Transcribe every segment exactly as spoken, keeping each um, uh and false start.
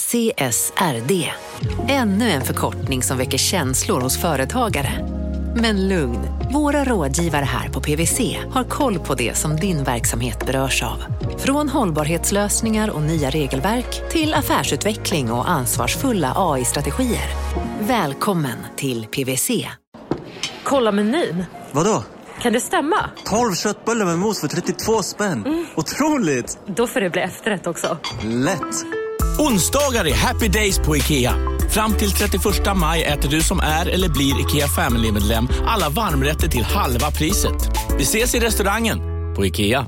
C S R D. Ännu en förkortning som väcker känslor hos företagare. Men lugn, våra rådgivare här på P W C har koll på det som din verksamhet berörs av. Från hållbarhetslösningar och nya regelverk till affärsutveckling och ansvarsfulla A I-strategier. Välkommen till P W C. Kolla menyn. Vadå? Kan det stämma? tolv köttbullar med mos för trettiotvå spänn. Mm. Otroligt! Då får det bli efterrätt också. Lätt! Onsdagar är happy days på IKEA. Fram till trettioförsta maj äter du som är eller blir IKEA Family-medlem alla varmrätter till halva priset. Vi ses i restaurangen på IKEA.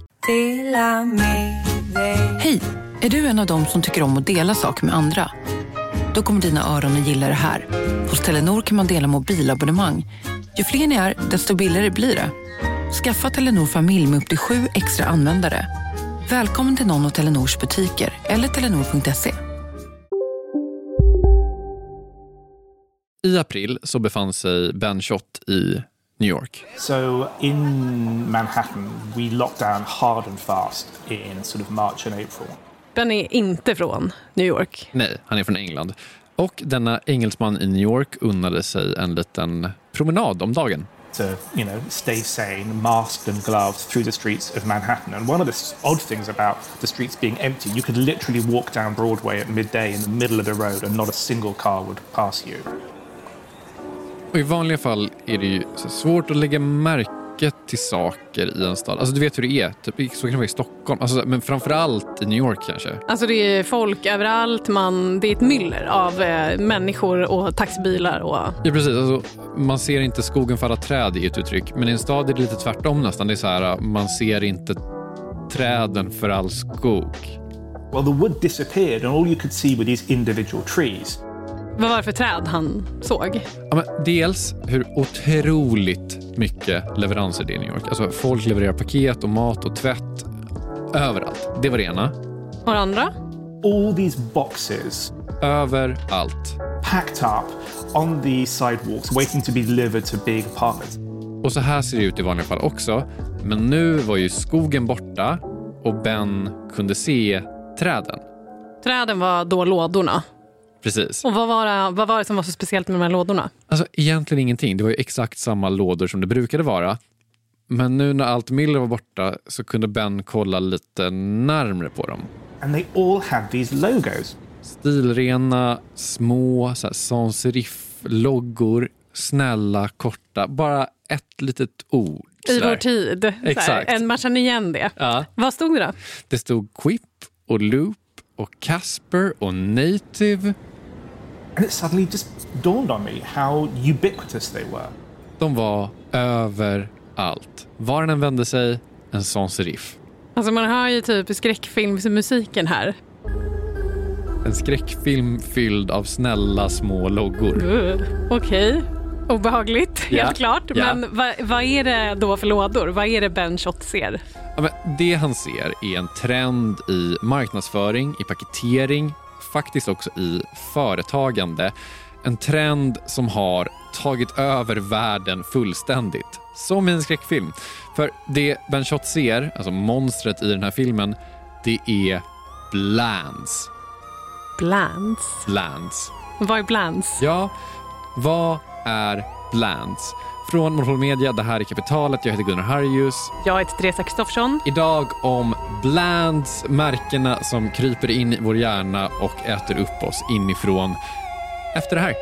Hej, är du en av dem som tycker om att dela saker med andra? Då kommer dina öron att gilla det här. Hos Telenor kan man dela mobilabonnemang. Ju fler ni är, desto billigare blir det. Skaffa Telenor familj med upp till sju extra användare. Välkommen till någon av Telenors butiker eller telenor punkt se. I april så befann sig Ben Schott i New York. So in Manhattan we locked down hard and fast in sort of March and April. Ben är inte från New York. Nej, han är från England. Och denna engelsman i New York unnade sig en liten promenad om dagen. To, you know, stay sane, masked and gloved through the streets of Manhattan. And one of the odd things about the streets being empty, you could literally walk down Broadway at midday in the middle of the road and not a single car would pass you. Och i vanliga fall är det ju så svårt att lägga märke till saker i en stad. Alltså du vet hur det är, typ, så kan det vara i Stockholm. Alltså, men framförallt i New York kanske. Alltså det är folk överallt, man, det är ett myller av eh, människor och taxibilar. Och... Ja precis, alltså, man ser inte skogen för alla träd i ett uttryck. Men i en stad är det lite tvärtom nästan. Det är så här, man ser inte träden för all skog. Well, the wood disappeared and all you could see were these individual trees. Vad var det för träd han såg? Ja, men dels hur otroligt mycket leveranser det är i New York. Alltså folk levererar paket och mat och tvätt överallt. Det var det ena. Och det andra? All these boxes. Överallt. Packed up on the sidewalks waiting to be delivered to big apartments. Och så här ser det ut i vanliga fall också. Men nu var ju skogen borta och Ben kunde se träden. Träden var då lådorna. Precis. Och vad var, det, vad var det som var så speciellt med de här lådorna? Alltså egentligen ingenting. Det var ju exakt samma lådor som det brukade vara. Men nu när allt myller var borta så kunde Ben kolla lite närmre på dem. And they all had these logos. Stilrena, små, så här, sans serif-loggor, snälla, korta. Bara ett litet ord. I vår tid. Exakt. En man känner igen det. Ja. Vad stod det då? Det stod Quip och Loop och Casper och Native. And it suddenly just dawned on me how ubiquitous they were. De var överallt. Var den än vände sig, en sån serif. Alltså man hör ju typ skräckfilmsmusiken här. En skräckfilm fylld av snälla små loggor. Uh, Okej. Okay. Obehagligt, helt ja. klart. Ja. Men vad, vad är det då för lådor? Vad är det Ben Schott ser? Ja, men det han ser är en trend i marknadsföring, i paketering, faktiskt också i företagande. En trend som har tagit över världen fullständigt. Som i en skräckfilm. För det Ben Schott ser, alltså monstret i den här filmen, det är Blands. Blands? Blands. Vad är Blands? Ja, vad är Blands? Från Monopol Media, det här är Kapitalet. Jag heter Gunnar Harjus. Jag heter Teresa Kristoffersson. Idag om Blands, märkena som kryper in i vår hjärna och äter upp oss inifrån. Efter det här.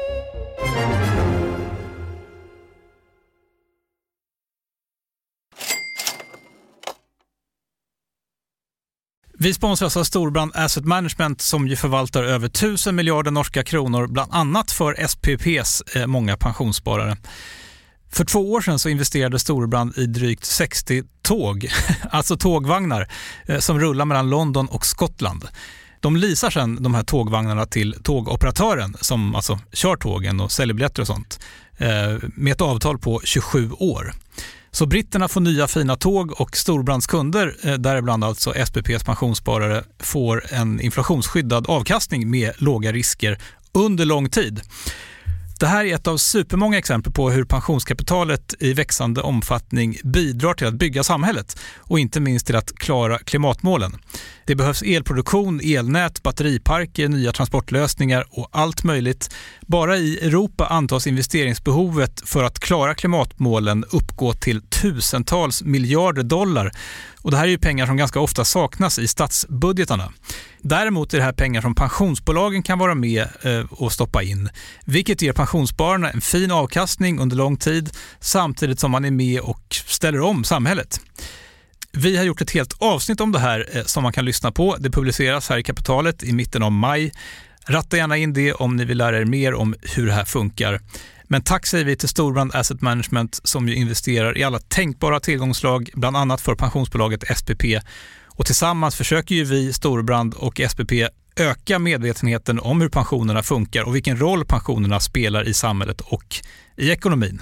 Vi sponsras av Storbrand Asset Management som ju förvaltar över tusen miljarder norska kronor bland annat för S P P:s eh, många pensionssparare. För två år sedan så investerade Storbrand i drygt sextio tåg, alltså tågvagnar eh, som rullar mellan London och Skottland. De leasar sedan de här tågvagnarna till tågoperatören som alltså kör tågen och säljer biljetter och sånt eh, med ett avtal på tjugosju år. Så britterna får nya fina tåg och Storbrands kunder, däribland alltså S P P:s pensionssparare, får en inflationsskyddad avkastning med låga risker under lång tid. Det här är ett av supermånga exempel på hur pensionskapitalet i växande omfattning bidrar till att bygga samhället och inte minst till att klara klimatmålen. Det behövs elproduktion, elnät, batteriparker, nya transportlösningar och allt möjligt. Bara i Europa antas investeringsbehovet för att klara klimatmålen uppgå till tusentals miljarder dollar. Och det här är ju pengar som ganska ofta saknas i statsbudgetarna. Däremot är det här pengar som pensionsbolagen kan vara med och stoppa in, vilket ger pensionsspararna en fin avkastning under lång tid samtidigt som man är med och ställer om samhället. Vi har gjort ett helt avsnitt om det här som man kan lyssna på. Det publiceras här i Kapitalet i mitten av maj. Ratta gärna in det om ni vill lära er mer om hur det här funkar. Men tack säger vi till Storbrand Asset Management som ju investerar i alla tänkbara tillgångslag, bland annat för pensionsbolaget S P P. Och tillsammans försöker ju vi, Storbrand och S P P, öka medvetenheten om hur pensionerna funkar och vilken roll pensionerna spelar i samhället och i ekonomin.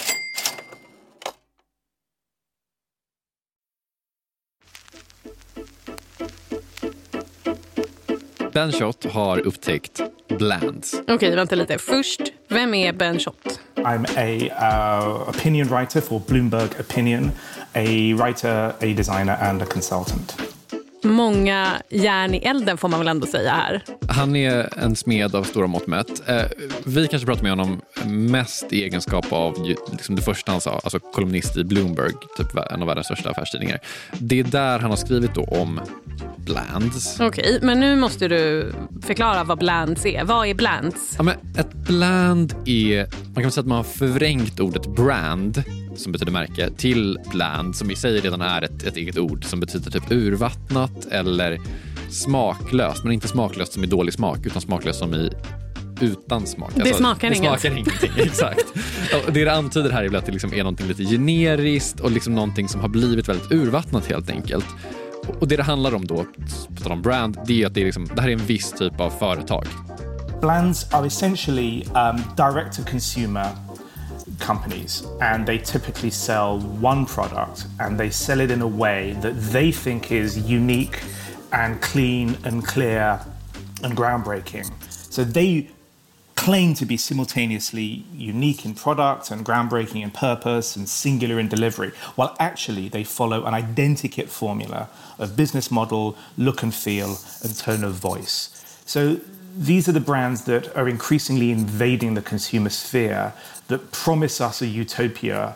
Ben Schott har upptäckt Blands. Okej, okay, vänta lite. Först, vem är Ben Schott? I'm a uh, opinion writer for Bloomberg Opinion, a writer, a designer and a consultant. Många järn i elden får man väl ändå säga här. Han är en smed av stora mått mätt. Eh, vi kanske pratar med honom mest i egenskap av liksom det första han sa, alltså kolumnist i Bloomberg, typ en av världens största affärstidningar. Det är där han har skrivit då om Blands. Okej, okay, men nu måste du förklara vad Blands är. Vad är Blands? Ja, men ett bland är, man kan säga att man har förvrängt ordet brand, som betyder märke, till bland, som i sig redan är ett, ett eget ord som betyder typ urvattnat eller smaklöst, men inte smaklöst som i dålig smak, utan smaklöst som i utan smak. Det alltså, smakar det inget. Smakar ingenting, exakt. Och det det antyder här är att det liksom är någonting lite generiskt och liksom någonting som har blivit väldigt urvattnat helt enkelt. Och det det handlar om då, på tal om brand, det är att det, är liksom, det här är en viss typ av företag. Blands are essentially um, direct-to-consumer companies, and they typically sell one product and they sell it in a way that they think is unique and clean and clear and groundbreaking. So they claim to be simultaneously unique in product and groundbreaking in purpose and singular in delivery, while actually they follow an identikit formula of business model, look and feel, and tone of voice. So these are the brands that are increasingly invading the consumer sphere that promise us a utopia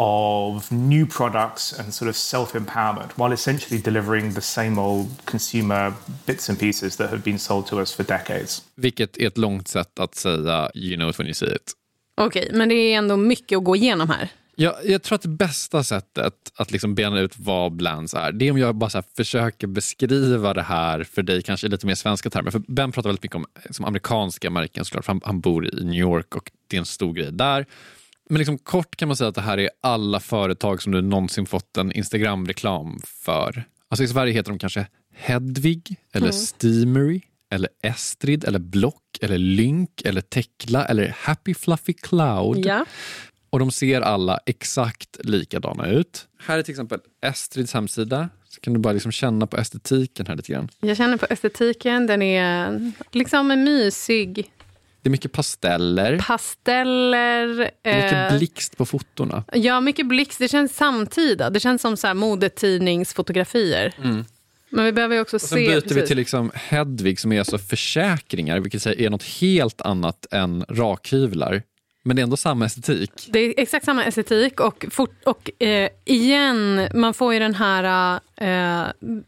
of new products and sort of self-empowerment, while essentially delivering the same old consumer bits and pieces that have been sold to us for decades. Vilket är ett långt sätt att säga you know it when you see it. Okej, okay, men det är ändå mycket att gå igenom här. Ja, jag tror att det bästa sättet att liksom bena ut vad Blands är, det är om jag bara så här försöker beskriva det här för dig, kanske i lite mer svenska termer. För Ben pratar väldigt mycket om liksom, amerikanska märken såklart, för han, han bor i New York och det är en stor grej där. Men liksom kort kan man säga att det här är alla företag som du någonsin fått en Instagram-reklam för. Alltså i Sverige heter de kanske Hedvig eller mm. Steamery eller Estrid eller Block eller Lynk eller Tekla eller Happy Fluffy Cloud. Ja. Och de ser alla exakt likadana ut. Här är till exempel Estrids hemsida. Så kan du bara liksom känna på estetiken här lite grann. Jag känner på estetiken. Den är liksom mysig. Det är mycket pasteller. Pasteller. Det är mycket eh, blixt på fotorna. Ja, mycket blixt. Det känns samtida. Det känns som så här modetidningsfotografier. Mm. Men vi behöver ju också och se... Sen byter precis. vi till liksom Hedvig som är alltså försäkringar. Vilket är något helt annat än rakhyvlar. Men det är ändå samma estetik. Det är exakt samma estetik. Och, fort, och eh, igen, man får ju den här eh,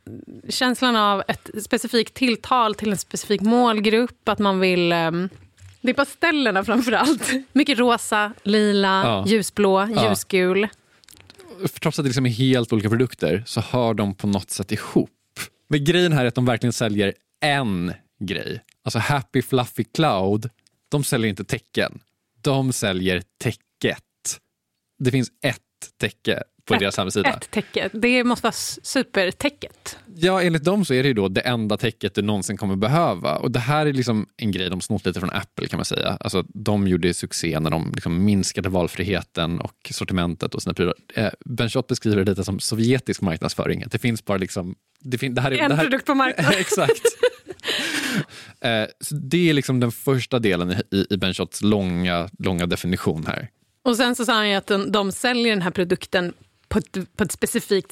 känslan av ett specifikt tilltal till en specifik målgrupp. Att man vill... Eh, det är pastellerna framförallt. Mycket rosa, lila, ja. ljusblå, ja. ljusgul. Trots att det liksom är helt olika produkter så hör de på något sätt ihop. Men grejen här är att de verkligen säljer en grej. Alltså Happy Fluffy Cloud, de säljer inte tecken. De säljer täcket. Det finns ett täcke på ett, deras hemsida. Ett täcke. Det måste vara supertäcket. Ja, enligt dem så är det ju då det enda täcket du någonsin kommer behöva. Och det här är liksom en grej de snott lite från Apple kan man säga. Alltså de gjorde succé när de liksom minskade valfriheten och sortimentet och sina prylar. Eh, Ben Schott beskriver det lite som sovjetisk marknadsföring. Det finns bara liksom... Det fin- det här är, en det här, produkt på marknaden. Exakt. eh, så det är liksom den första delen i, i Ben Schotts långa, långa definition här. Och sen så sa han ju att de, de säljer den här produkten på ett, på ett specifikt sätt.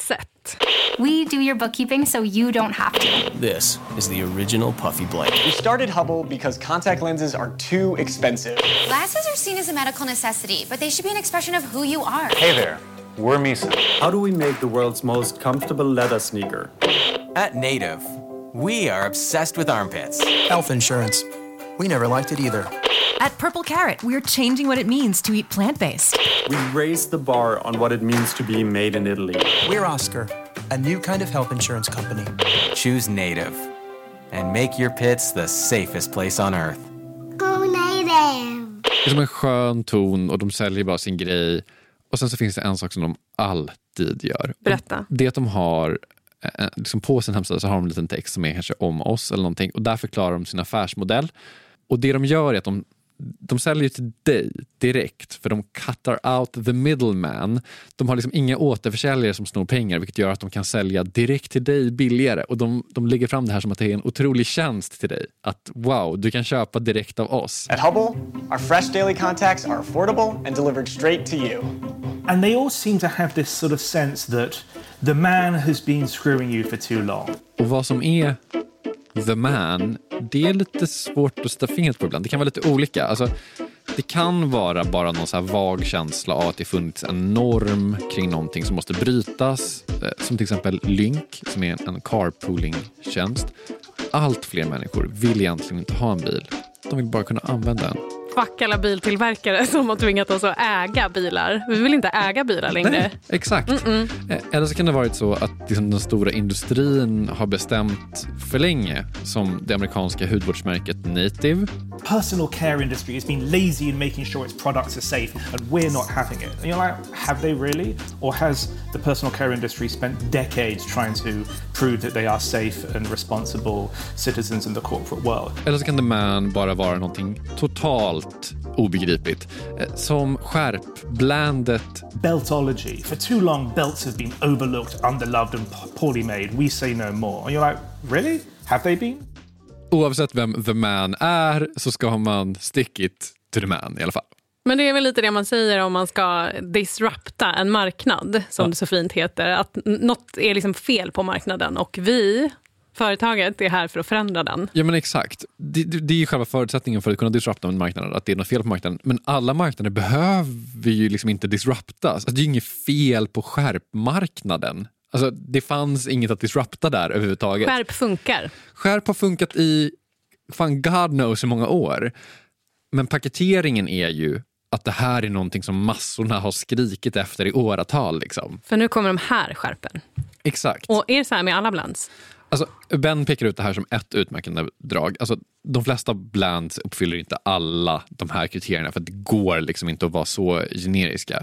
Blanket. We do your bookkeeping so you don't have to. This is the original Puffy Blanket. We started Hubble because contact lenses are too expensive. Glasses are seen as a medical necessity, but they should be an expression of who you are. Hey there, we're Misa. How do we make the world's most comfortable leather sneaker? At Native, we are obsessed with armpits. Health insurance. We never liked it either. At Purple Carrot, we're changing what it means to eat plant-based. We raised the bar on what it means to be made in Italy. We're Oscar, a new kind of health insurance company. Choose Native and make your pits the safest place on earth. Go Native! Det är som en skön ton och de säljer bara sin grej. Och sen så finns det en sak som de alltid gör. Berätta. Det är att de har, liksom på sin hemsida så har de en liten text som är kanske om oss eller någonting. Och där förklarar de sin affärsmodell. Och det de gör är att de De säljer till dig direkt för de cuttar out the middleman. De har liksom inga återförsäljare som snor pengar, vilket gör att de kan sälja direkt till dig billigare. Och de, de lägger fram det här som att det är en otrolig tjänst till dig. Att wow, du kan köpa direkt av oss. At Hubble, our fresh daily contacts are affordable and delivered straight to you. And they all seem to have this sort of sense that the man has been screwing you for too long. Och vad som är the man, det är lite svårt att sätta fingret på ibland. Det kan vara lite olika. Alltså, det kan vara bara någon så här vag känsla av att det funnits en norm kring någonting som måste brytas. Som till exempel Lynk, som är en carpooling-tjänst. Allt fler människor vill egentligen inte ha en bil. De vill bara kunna använda en. Fuck alla biltillverkare som har tvingat oss att äga bilar. Vi vill inte äga bilar längre. Nej, exakt. Mm-mm. Eller så kan det ha varit så att liksom den stora industrin har bestämt för länge, som det amerikanska hudvårdsmärket Native. Personal care industry has been lazy in making sure its products are safe and we're not having it. And you're like, have they really? Or has the personal care industry spent decades trying to prove that they are safe and responsible citizens in the corporate world? Eller så kan the man bara vara någonting totalt obegripligt. Som skärpblandet. Beltology. For too long, belts have been overlooked, underloved and poorly made. We say no more. And you're like, really? Have they been? Oavsett vem the man är så ska man stick it to the man i alla fall. Men det är väl lite det man säger om man ska disrupta en marknad, som ja. det så fint heter. Att något är liksom fel på marknaden och vi... Företaget är här för att förändra den. Ja, men exakt. Det, det, det är ju själva förutsättningen för att kunna disrupta en marknad, att det är något fel på marknaden. Men alla marknader behöver ju liksom inte disruptas. Alltså, det är ju inget fel på skärpmarknaden. Alltså, det fanns inget att disrupta där överhuvudtaget. Skärp funkar. Skärp har funkat i fan God knows hur många år. Men paketeringen är ju att det här är någonting som massorna har skrikit efter i åratal. Liksom. För nu kommer de här skärpen. Exakt. Och är det så här med alla blands? Alltså, Ben pekar ut det här som ett utmärkande drag. Alltså, de flesta blands uppfyller inte alla de här kriterierna för att det går liksom inte att vara så generiska.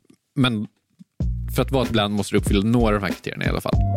Men för att vara ett bland måste du uppfylla några av de här kriterierna i alla fall.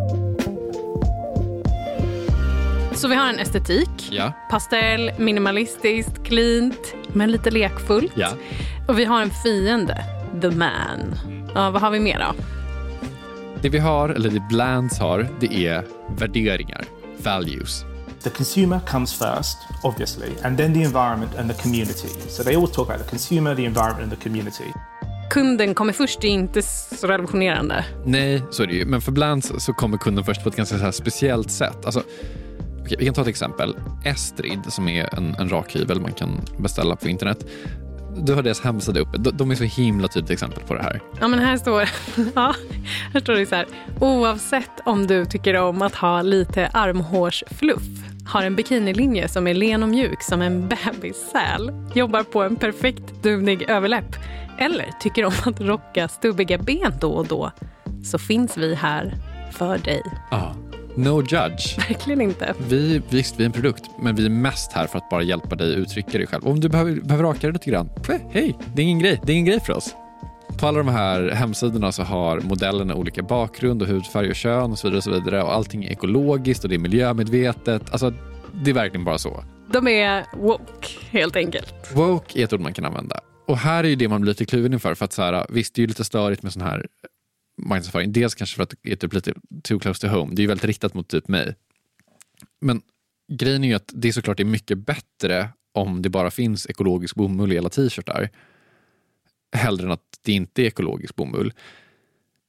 Så vi har en estetik. Ja. Pastell, minimalistiskt, cleant, men lite lekfullt. Ja. Och vi har en fiende, the man. Ja, vad har vi mer då? Det vi har, eller det blands har, det är värderingar, values. The consumer comes first, obviously, and then the environment and the community. So they all talk about the consumer, the environment and the community. Kunden kommer först, det är inte så revolutionerande. Nej, så är det ju. Men för blands så kommer kunden först på ett ganska så här speciellt sätt. Alltså, okay, vi kan ta ett exempel. Estrid, som är en, en rakhyvel man kan beställa på internet. Du har deras hemsida uppe. De, de är så himla tydligt exempel på det här. Ja, men här står, ja, här står det så här. Oavsett om du tycker om att ha lite armhårsfluff, har en bikinilinje som är len och mjuk som en bebissäl, jobbar på en perfekt duvnig överläpp eller tycker om att rocka stubbiga ben då och då, så finns vi här för dig. Ja. No judge. Verkligen inte. Vi, visst, vi är en produkt, men vi är mest här för att bara hjälpa dig uttrycka dig själv. Om du behöver, behöver raka dig lite grann, hej, det är ingen grej. Det är ingen grej för oss. På alla de här hemsidorna så har modellerna olika bakgrund och hudfärg och kön och så vidare och så vidare. Och allting är ekologiskt och det är miljömedvetet. Alltså, det är verkligen bara så. De är woke, helt enkelt. Woke är ett ord man kan använda. Och här är ju det man blir lite kluven inför. För att så här, visst, det är ju lite störigt med sån här marknadsföring. Dels kanske för att det är typ lite too close to home. Det är ju väldigt riktat mot typ mig. Men grejen är ju att det är såklart är mycket bättre om det bara finns ekologisk bomull i alla t-shirtar. Hellre än att det inte är ekologisk bomull.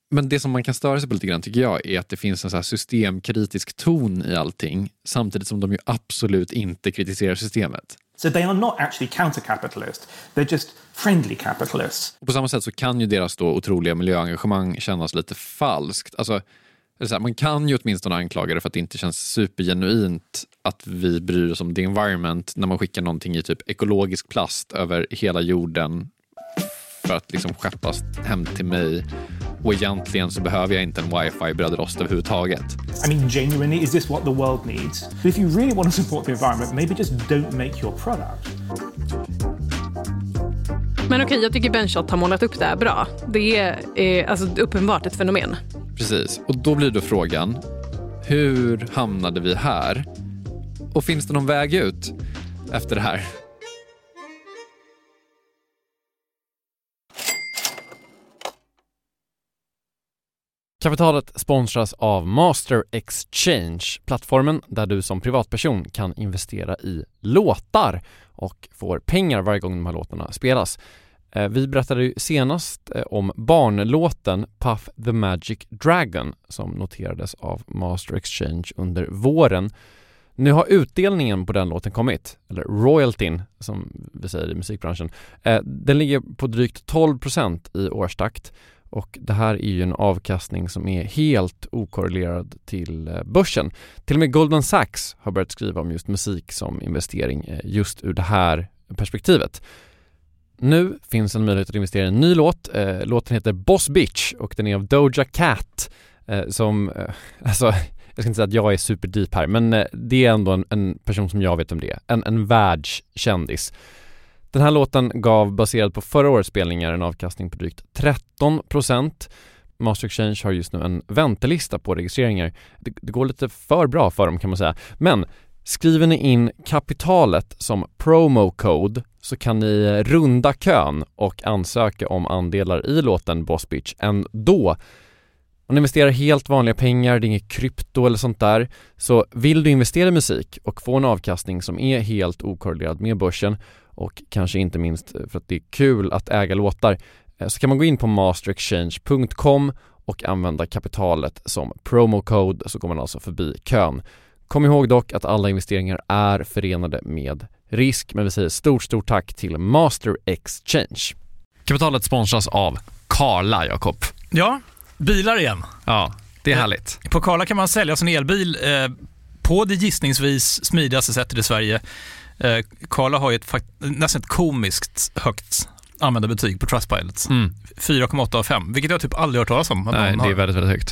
Men det som man kan störa sig på lite grann tycker jag är att det finns en så här systemkritisk ton i allting samtidigt som de ju absolut inte kritiserar systemet. So they are not actually counter-capitalist. They're just friendly capitalists. Och på samma sätt så kan ju deras då otroliga miljöengagemang kännas lite falskt. Alltså, så här, man kan ju åtminstone anklaga det för att det inte känns supergenuint att vi bryr oss om the environment när man skickar någonting i typ ekologisk plast över hela jorden för att liksom skeppas hem till mig. Och egentligen så behöver jag inte en wifi-brödrost överhuvudtaget. I mean, genuinely, is this what the world needs? But if you really want to support the environment, maybe just don't make your product. Men okej, jag tycker Benchot har målat upp det här bra. Det är alltså uppenbart ett fenomen. Precis, och då blir då frågan, hur hamnade vi här? Och finns det någon väg ut efter det här? Kapitalet sponsras av Master Exchange, plattformen där du som privatperson kan investera i låtar och får pengar varje gång de här låtarna spelas. Vi berättade ju senast om barnlåten Puff the Magic Dragon som noterades av Master Exchange under våren. Nu har utdelningen på den låten kommit, eller royaltyn som vi säger i musikbranschen. Den ligger på drygt tolv procent i årstakt. Och det här är ju en avkastning som är helt okorrelerad till börsen. Till och med Goldman Sachs har börjat skriva om just musik som investering just ur det här perspektivet. Nu finns en möjlighet att investera i en ny låt. Låten heter Boss Bitch och den är av Doja Cat som, alltså jag ska inte säga att jag är superdeep här, men det är ändå en, en person som jag vet om det är. En, en världskändis. Den här låten gav, baserad på förra årets spelningar, en avkastning på drygt tretton procent. Master Exchange har just nu en väntelista på registreringar. Det, det går lite för bra för dem kan man säga. Men skriver ni in kapitalet som promo code så kan ni runda kön och ansöka om andelar i låten Boss Bitch ändå. Om ni investerar helt vanliga pengar, det är inget krypto eller sånt där, så vill du investera i musik och få en avkastning som är helt okorrelerad med börsen och kanske inte minst för att det är kul att äga låtar, så kan man gå in på master exchange punkt com och använda kapitalet som promo code, så går man alltså förbi kön. Kom ihåg dock att alla investeringar är förenade med risk, men vi säger stort stort tack till Master Exchange. Kapitalet sponsras av Carla, Jakob. Ja, bilar igen. Ja, det är härligt. På Carla kan man sälja sin elbil eh, på det gissningsvis smidigaste sättet i Sverige. Eh, Carla har ju ett fakt- nästan ett komiskt högt användarbetyg på Trustpilot. Mm. fyra komma åtta av fem, vilket jag typ aldrig hört talas om. Nej, det är väldigt, väldigt högt.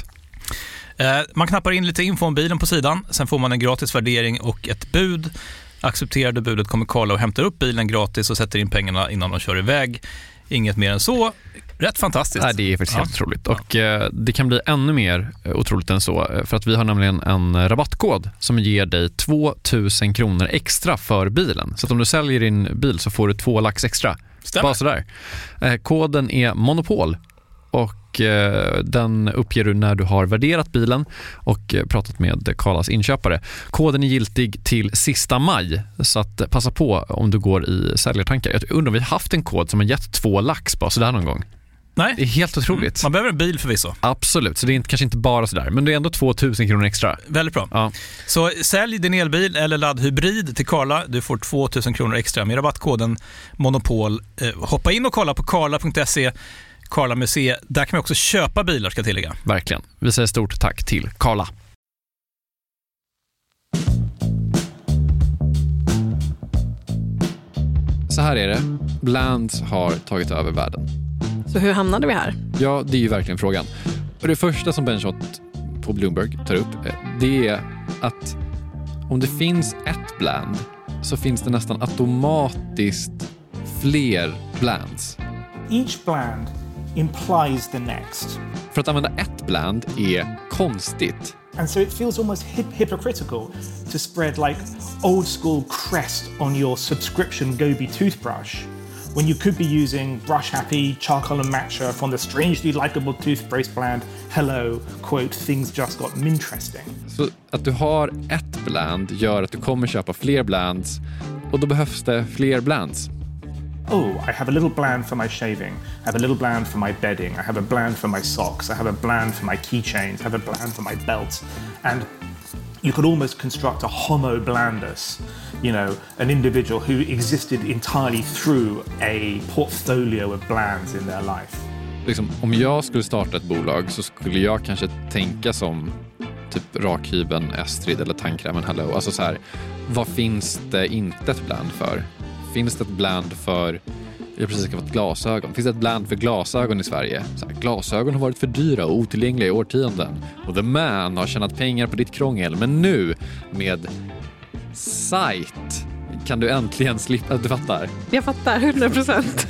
Eh, man knappar in lite info om bilen på sidan, sen får man en gratis värdering och ett bud. Accepterade budet kommer Carla och hämtar upp bilen gratis och sätter in pengarna innan de kör iväg. Inget mer än så. Rätt fantastiskt. Nej, det är faktiskt ja. helt otroligt. Och eh, det kan bli ännu mer eh, otroligt än så. För att vi har nämligen en rabattkod som ger dig två tusen kronor extra för bilen. Så att om du säljer din bil så får du två lax extra. Stämmer. Bara sådär. Eh, koden är Monopol. Och eh, den uppger du när du har värderat bilen och eh, pratat med Carlas inköpare. Koden är giltig till sista maj, så att eh, passa på om du går i säljartankar. Jag undrar om vi har haft en kod som har gett två lax bara sådär någon gång. Nej. Det är helt otroligt. Mm. Man behöver en bil förvisso. Absolut, så det är inte, kanske inte bara sådär, men det är ändå två tusen kronor extra. Väldigt bra. Ja. Så sälj din elbil eller laddhybrid till Carla. Du får två tusen kronor extra med rabattkoden Monopol. Eh, hoppa in och kolla på carla punkt se. Carla Museet. Där kan man också köpa bilar, ska tillägga. Verkligen. Vi säger stort tack till Carla. Så här är det. Blands har tagit över världen. Så hur hamnade vi här? Ja, det är ju verkligen frågan. Och det första som Benchot på Bloomberg tar upp, det är att om det finns ett bland så finns det nästan automatiskt fler blands. Each bland implies the next. För att använda ett bland är konstigt. And so it feels almost hip- hypocritical to spread like old school crest on your subscription Gobi toothbrush when you could be using Brush Happy, Charcoal and Matcha from the strangely likable toothpaste brand Hello, quote, things just got interesting. Så att du har ett bland gör att du kommer köpa fler blands och då behövs det fler blands. oh, I have a little bland for my shaving, I have a little bland for my bedding, I have a bland for my socks, I have a bland for my keychains, I have a bland for my belt. And you could almost construct a homo blandus, you know, an individual who existed entirely through a portfolio of blands in their life. Liksom, om jag skulle starta ett bolag så skulle jag kanske tänka som typ rakhyveln, Estrid eller tandkrämen Hello. Alltså så här, vad finns det inte ett bland för? Finns det ett bland för, jag har precis skaffat glasögon. Finns det ett bland för glasögon i Sverige? Så här, glasögon har varit för dyra och otillgängliga i årtionden. Och The Man har tjänat pengar på ditt krångel. Men nu med Sight kan du äntligen slippa, du fattar? Jag fattar, hundra procent.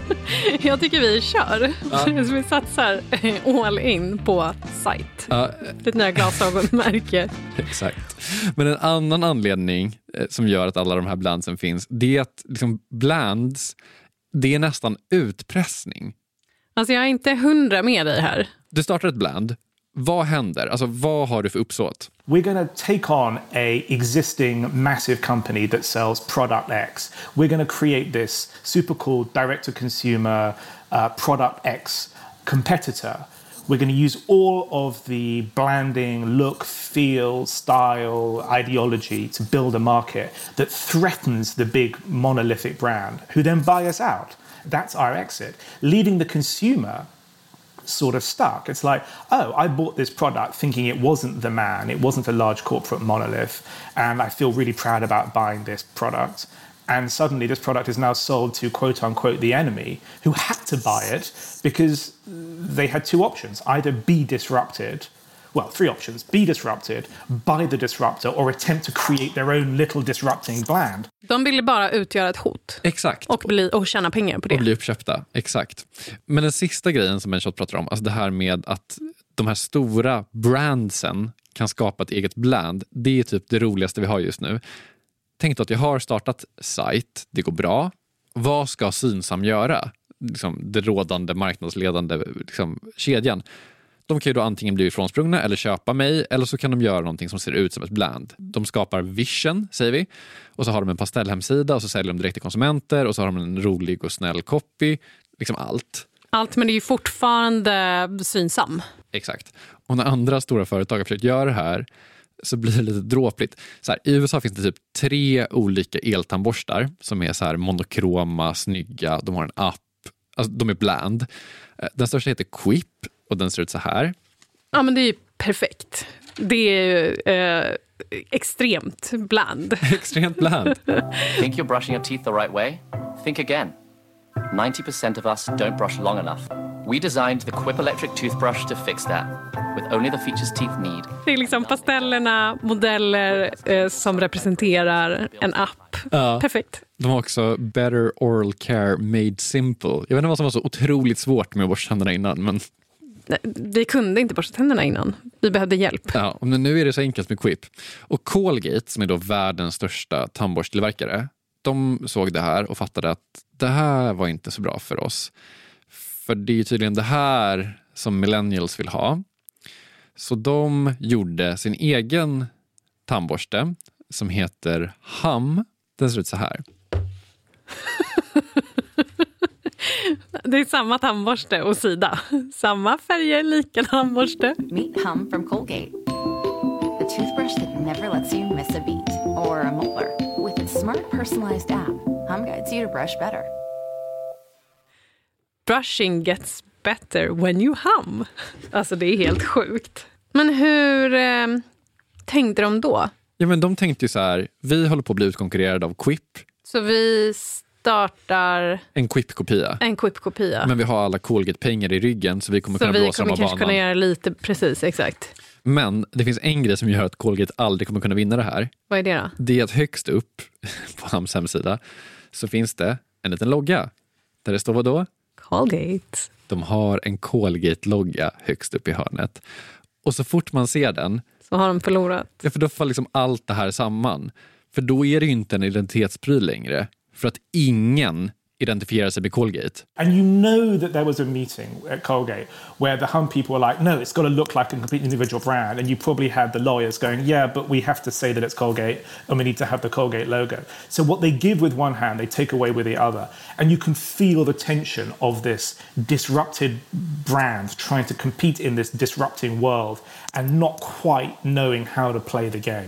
Jag tycker vi kör. Ja. Vi satsar all in på Sight. Ja. Det nya glasögonmärke. Exakt. Men en annan anledning som gör att alla de här blandsen finns, det är att liksom blands, det är nästan utpressning. Alltså jag är inte hundra med dig här. Du startar ett bland. Vad händer? Alltså vad har du för uppsåt? We're going to take on a existing massive company that sells product X. We're going to create this super cool direct-to-consumer uh, product X competitor. We're going to use all of the blanding, look, feel, style, ideology to build a market that threatens the big monolithic brand, who then buy us out. That's our exit. Leaving the consumer sort of stuck. It's like, oh, I bought this product thinking it wasn't The Man, it wasn't a large corporate monolith, and I feel really proud about buying this product. And suddenly this product is now sold to quote-unquote the enemy, who had to buy it because they had two options. Either be disrupted, well, three options. Be disrupted, buy the disruptor, or attempt to create their own little disrupting bland. De ville bara utgöra ett hot. Exakt. Och, bli, och tjäna pengar på det. Och bli uppköpta, exakt. Men den sista grejen som Benchot pratar om, alltså det här med att de här stora brandsen kan skapa ett eget bland, det är typ det roligaste vi har just nu. Tänk då att jag har startat Sight, det går bra. Vad ska Synsam göra? Liksom det rådande, marknadsledande liksom, kedjan. De kan ju då antingen bli ifrånsprungna eller köpa mig, eller så kan de göra någonting som ser ut som ett bland. De skapar vision, säger vi, och så har de en pastellhemsida och så säljer de direkt till konsumenter och så har de en rolig och snäll copy, liksom allt. Allt, men det är ju fortfarande Synsam. Exakt. Och när andra stora företag har försökt göra det här så blir det lite dråpligt. Så här, i U S A finns det typ tre olika eltandborstar som är så här monokroma, snygga, de har en app, alltså de är bland. Den största heter Quip och den ser ut så här. Ja, men det är ju perfekt. Det är ju eh, extremt bland. Extremt bland. Think you're brushing your teeth the right way? Think again. ninety percent of us don't brush long enough. We designed the Quip electric toothbrush to fix that, with only the features teeth need. Det är liksom pastellerna, modeller eh, som representerar en app. Ja. Perfekt. De har också Better Oral Care Made Simple. Jag vet inte vad som var så otroligt svårt med att borsta tänderna innan, men... Vi kunde inte borsta tänderna innan. Vi behövde hjälp. Ja, men nu är det så enkelt med Quip. Och Colgate, som är då världens största tandborsttillverkare, de såg det här och fattade att det här var inte så bra för oss. För det är ju tydligen det här som millennials vill ha. Så de gjorde sin egen tandborste som heter Hum. Den ser ut så här. Det är samma tandborste och sida. Samma färger, lika tandborste. Meet Hum from Colgate. The toothbrush that never lets you miss a beat. Or a molar. With its smart personalized app, Hum guides you to brush better. Brushing gets better when you hum. Alltså det är helt sjukt. Men hur eh, tänkte de då? Ja, men de tänkte ju så här, vi håller på att bli utkonkurrerade av Quip. Så vi startar... En Quip-kopia. En Quip-kopia. Men vi har alla Colgate-pengar i ryggen så vi kommer så kunna blåsa samma banan. Så vi kommer kanske kunna göra lite, precis, exakt. Men det finns en grej som gör att Colgate aldrig kommer kunna vinna det här. Vad är det då? Det är att högst upp på Hums hemsida så finns det en liten logga. Där det står vad då? Colgate. De har en Colgate-logga högst upp i hörnet. Och så fort man ser den... Så har de förlorat. Ja, för då får liksom allt det här samman. För då är det ju inte en identitetspryl längre. För att ingen identifiera sig med Colgate. And you know that there was a meeting at Colgate where the Hum people were like, no, it's got to look like a complete individual brand. And you probably had the lawyers going, yeah, but we have to say that it's Colgate and we need to have the Colgate logo. So what they give with one hand, they take away with the other. And you can feel the tension of this disrupted brand trying to compete in this disrupting world and not quite knowing how to play the game.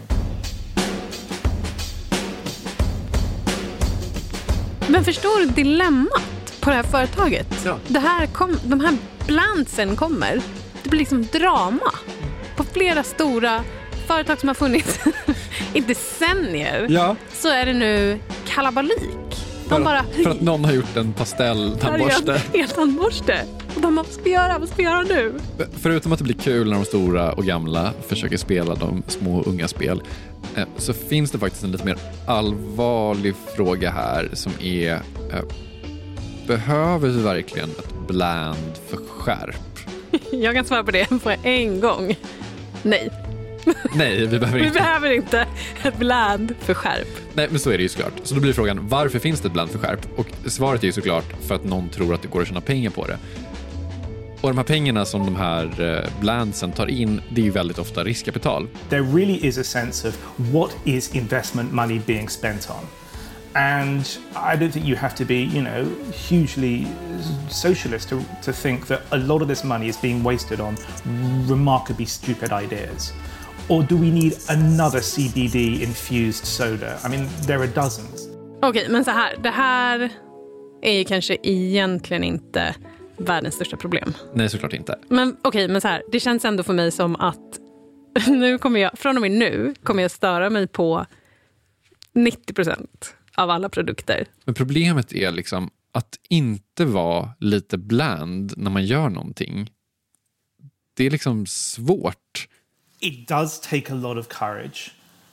Men förstår du dilemmat på det här företaget? Ja. Det här kom, de här blandsen kommer. Det blir liksom drama på flera stora företag som har funnits i decennier. Ja. Så är det nu kalabalik. De för, bara, för att någon har gjort en pastelltandborste. En tandborste. Och de bara, vad ska vi göra? Vad ska vi göra nu? Förutom att det blir kul när de stora och gamla försöker spela de små och unga spel, så finns det faktiskt en lite mer allvarlig fråga här som är, eh, behöver vi verkligen ett bland för skärp? Jag kan svara på det på en gång. Nej. Nej, vi behöver inte. Vi behöver inte ett bland för skärp. Nej, men så är det ju såklart. Så då blir frågan, varför finns det ett bland för skärp? Och svaret är ju såklart för att någon tror att det går att tjäna pengar på det. Och de här pengarna som de här blandsen tar in, det är ju väldigt ofta riskkapital. There really is a sense of what is investment money being spent on. And I don't think you have to be, you know, hugely socialist to, to think that a lot of this money is being wasted on remarkably stupid ideas. Or do we need another C B D-infused soda? I mean, there are dozens. Okej, okay, men så här, det här är ju kanske egentligen inte världens största problem. Nej, såklart inte. Men okej, okay, men så här, det känns ändå för mig som att nu kommer jag, från och med nu kommer jag störa mig på nittio procent av alla produkter. Men problemet är liksom att inte vara lite bland när man gör någonting. Det är liksom svårt. It does take a lot of courage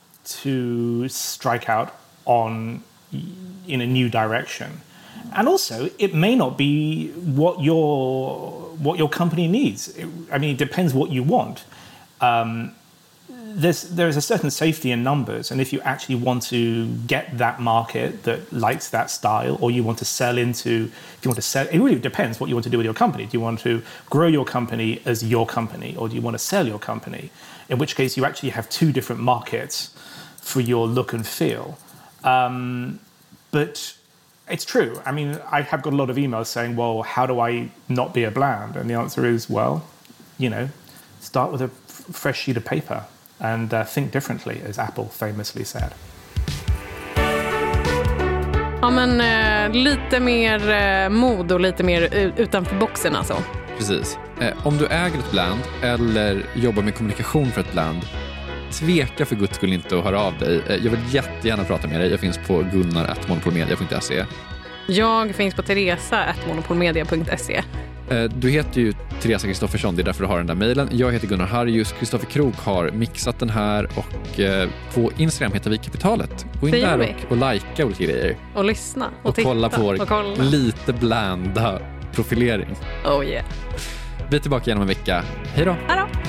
to strike out on in a new direction. And also, it may not be what your what your company needs. It, I mean, it depends what you want. Um, there's there is a certain safety in numbers, and if you actually want to get that market that likes that style, or you want to sell into, if you want to sell, it really depends what you want to do with your company. Do you want to grow your company as your company, or do you want to sell your company? In which case, you actually have two different markets for your look and feel. Um, but it's true. I mean, I have got a lot of emails saying, well, how do I not be a bland? And the answer is, well, you know, start with a f- fresh sheet of paper and uh, think differently, as Apple famously said. Ja, men eh, lite mer eh, mod och lite mer utanför boxen alltså. Precis. Eh, om du äger ett bland eller jobbar med kommunikation för ett bland, tveka för guds skull inte att höra av dig. Jag vill jättegärna prata med dig. Jag finns på gunnar at monopolmedia punkt se. Jag finns på teresa at monopolmedia punkt se. Du heter ju Teresa Kristoffersson, det är därför du har den där mejlen. Jag heter Gunnar Harjus. Kristoffer Krok har mixat den här och på Instagram heter vi Kapitalet. Gå in där och, och likea olika grejer. Och lyssna. Och, och titta. Kolla på vår och kolla. lite blanda profilering. Oh yeah. Vi är tillbaka igen om en vecka. Hej då! Hej då!